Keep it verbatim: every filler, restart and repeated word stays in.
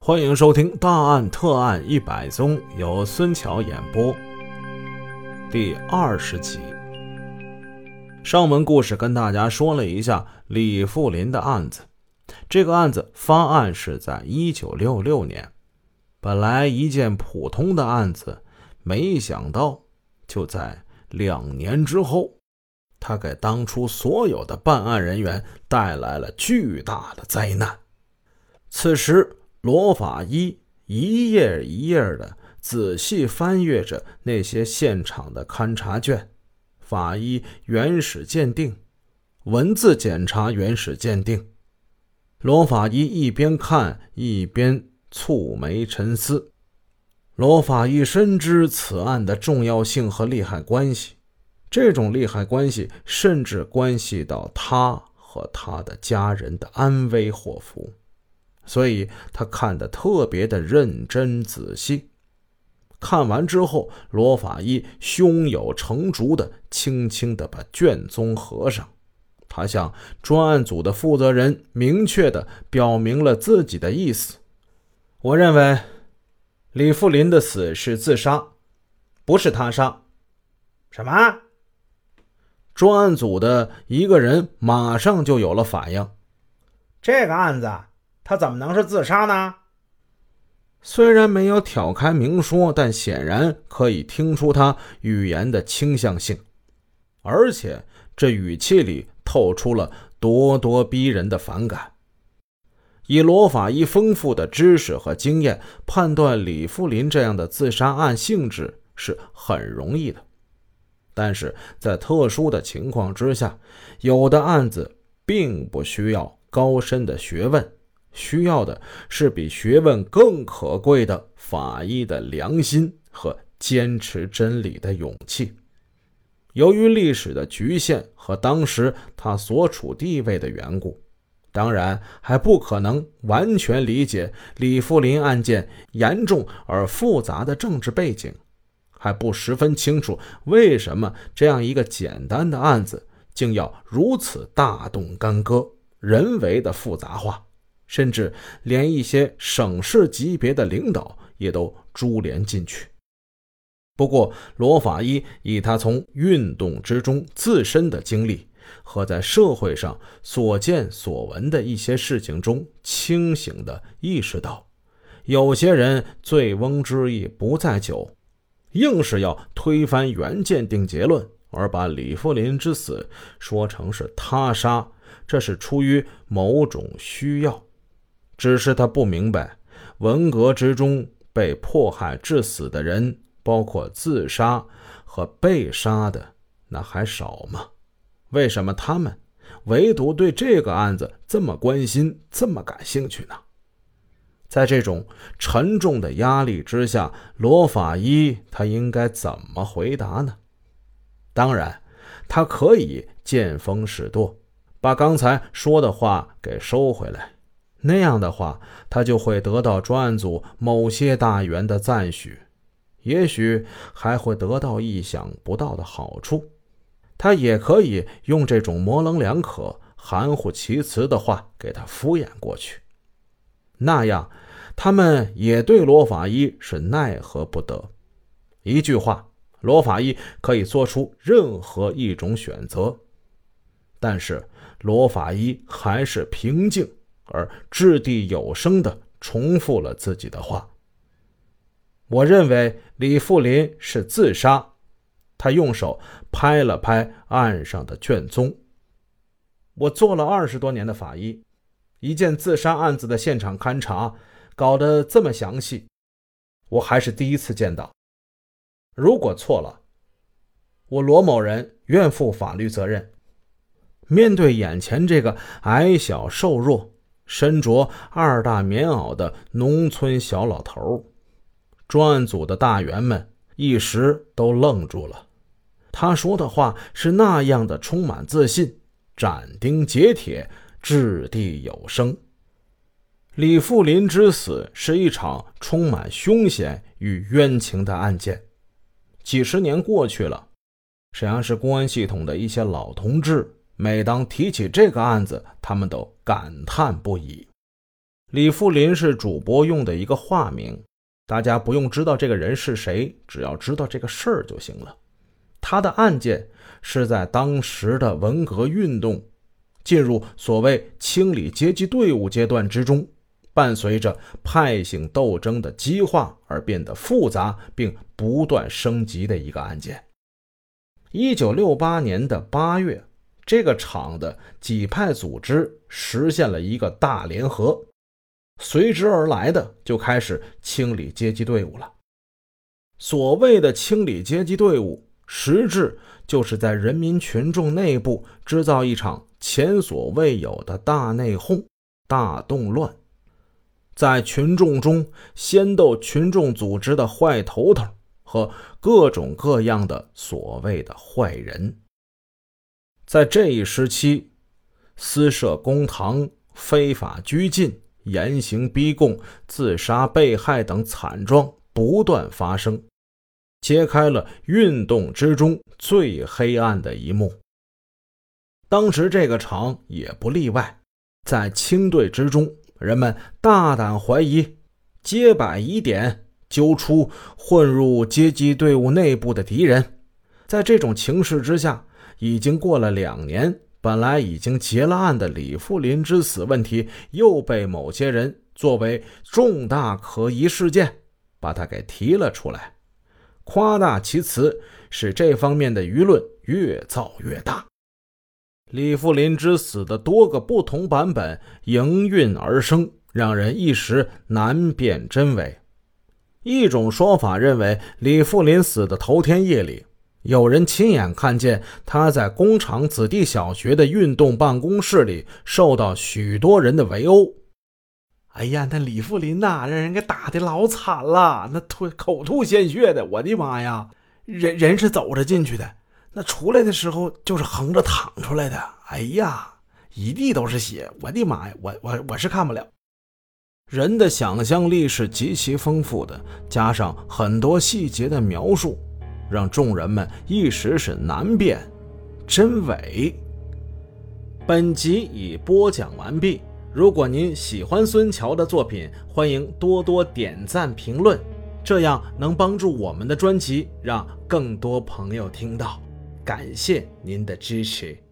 欢迎收听大案特案一百宗，由孙桥演播。第二十集。上文故事跟大家说了一下李富林的案子。这个案子发案是在一九六六年，本来一件普通的案子，没想到就在两年之后，他给当初所有的办案人员带来了巨大的灾难。此时罗法医一页一页的仔细翻阅着那些现场的勘查卷，法医原始鉴定，文字检查原始鉴定。罗法医一边看一边蹙眉沉思。罗法医深知此案的重要性和利害关系，这种利害关系甚至关系到他和他的家人的安危祸福，所以他看得特别的认真仔细。看完之后，罗法医胸有成竹的轻轻地把卷宗合上，他向专案组的负责人明确地表明了自己的意思。我认为李富林的死是自杀，不是他杀。 什么？ 专案组的一个人马上就有了反应。 这个案子他怎么能是自杀呢？ 虽然没有挑开明说，但显然可以听出他语言的倾向性，而且这语气里透出了咄咄逼人的反感。以罗法医丰富的知识和经验，判断李富林这样的自杀案性质是很容易的，但是在特殊的情况之下，有的案子并不需要高深的学问，需要的是比学问更可贵的法医的良心和坚持真理的勇气。由于历史的局限和当时他所处地位的缘故，当然还不可能完全理解李富林案件严重而复杂的政治背景，还不十分清楚为什么这样一个简单的案子竟要如此大动干戈，人为的复杂化，甚至连一些省市级别的领导也都株连进去。不过罗法医以他从运动之中自身的经历和在社会上所见所闻的一些事情中，清醒地意识到，有些人醉翁之意不在酒，硬是要推翻原鉴定结论，而把李富林之死说成是他杀，这是出于某种需要。只是他不明白，文革之中被迫害致死的人，包括自杀和被杀的，那还少吗？为什么他们唯独对这个案子这么关心，这么感兴趣呢？在这种沉重的压力之下，罗法医他应该怎么回答呢？当然，他可以见风使舵，把刚才说的话给收回来，那样的话，他就会得到专案组某些大员的赞许，也许还会得到意想不到的好处。他也可以用这种模棱两可、含糊其辞的话给他敷衍过去，那样他们也对罗法医是奈何不得。一句话，罗法医可以做出任何一种选择，但是罗法医还是平静而掷地有声地重复了自己的话。我认为李富林是自杀。他用手拍了拍案上的卷宗。我做了二十多年的法医，一件自杀案子的现场勘查搞得这么详细，我还是第一次见到。如果错了，我罗某人愿负法律责任。面对眼前这个矮小瘦弱、身着二大棉袄的农村小老头，专案组的大员们一时都愣住了。他说的话是那样的充满自信，斩钉截铁，掷地有声。李富林之死是一场充满凶险与冤情的案件。几十年过去了，沈阳市公安系统的一些老同志，每当提起这个案子，他们都感叹不已。 李富林是主播用的一个化名，大家不用知道这个人是谁，只要知道这个事儿就行了。他的案件是在当时的文革运动进入所谓清理阶级队伍阶段之中，伴随着派性斗争的激化而变得复杂并不断升级的一个案件。一九六八年的八月，这个厂的几派组织实现了一个大联合，随之而来的就开始清理阶级队伍了。所谓的清理阶级队伍，实质就是在人民群众内部制造一场前所未有的大内讧、大动乱，在群众中掀斗群众组织的坏头头和各种各样的所谓的坏人。在这一时期，私设公堂、非法拘禁、严刑逼供、自杀被害等惨状不断发生，揭开了运动之中最黑暗的一幕。当时这个厂也不例外，在清队之中，人们大胆怀疑，揭摆疑点，揪出混入阶级队伍内部的敌人。在这种情势之下，已经过了两年，本来已经结了案的李富林之死问题又被某些人作为重大可疑事件把它给提了出来，夸大其词，使这方面的舆论越造越大。李富林之死的多个不同版本应运而生，让人一时难辨真伪。一种说法认为，李富林死的头天夜里，有人亲眼看见他在工厂子弟小学的运动办公室里受到许多人的围殴。 哎呀，那李富林呐，让人给打得老惨了，那吐口吐鲜血的，我的妈呀！人人是走着进去的，那出来的时候就是横着躺出来的。哎呀，一地都是血，我的妈呀，我我我是看不了。 人的想象力是极其丰富的，加上很多细节的描述，让众人们一时是难辨真伪。本集已播讲完毕，如果您喜欢孙桥的作品，欢迎多多点赞评论，这样能帮助我们的专辑让更多朋友听到。感谢您的支持。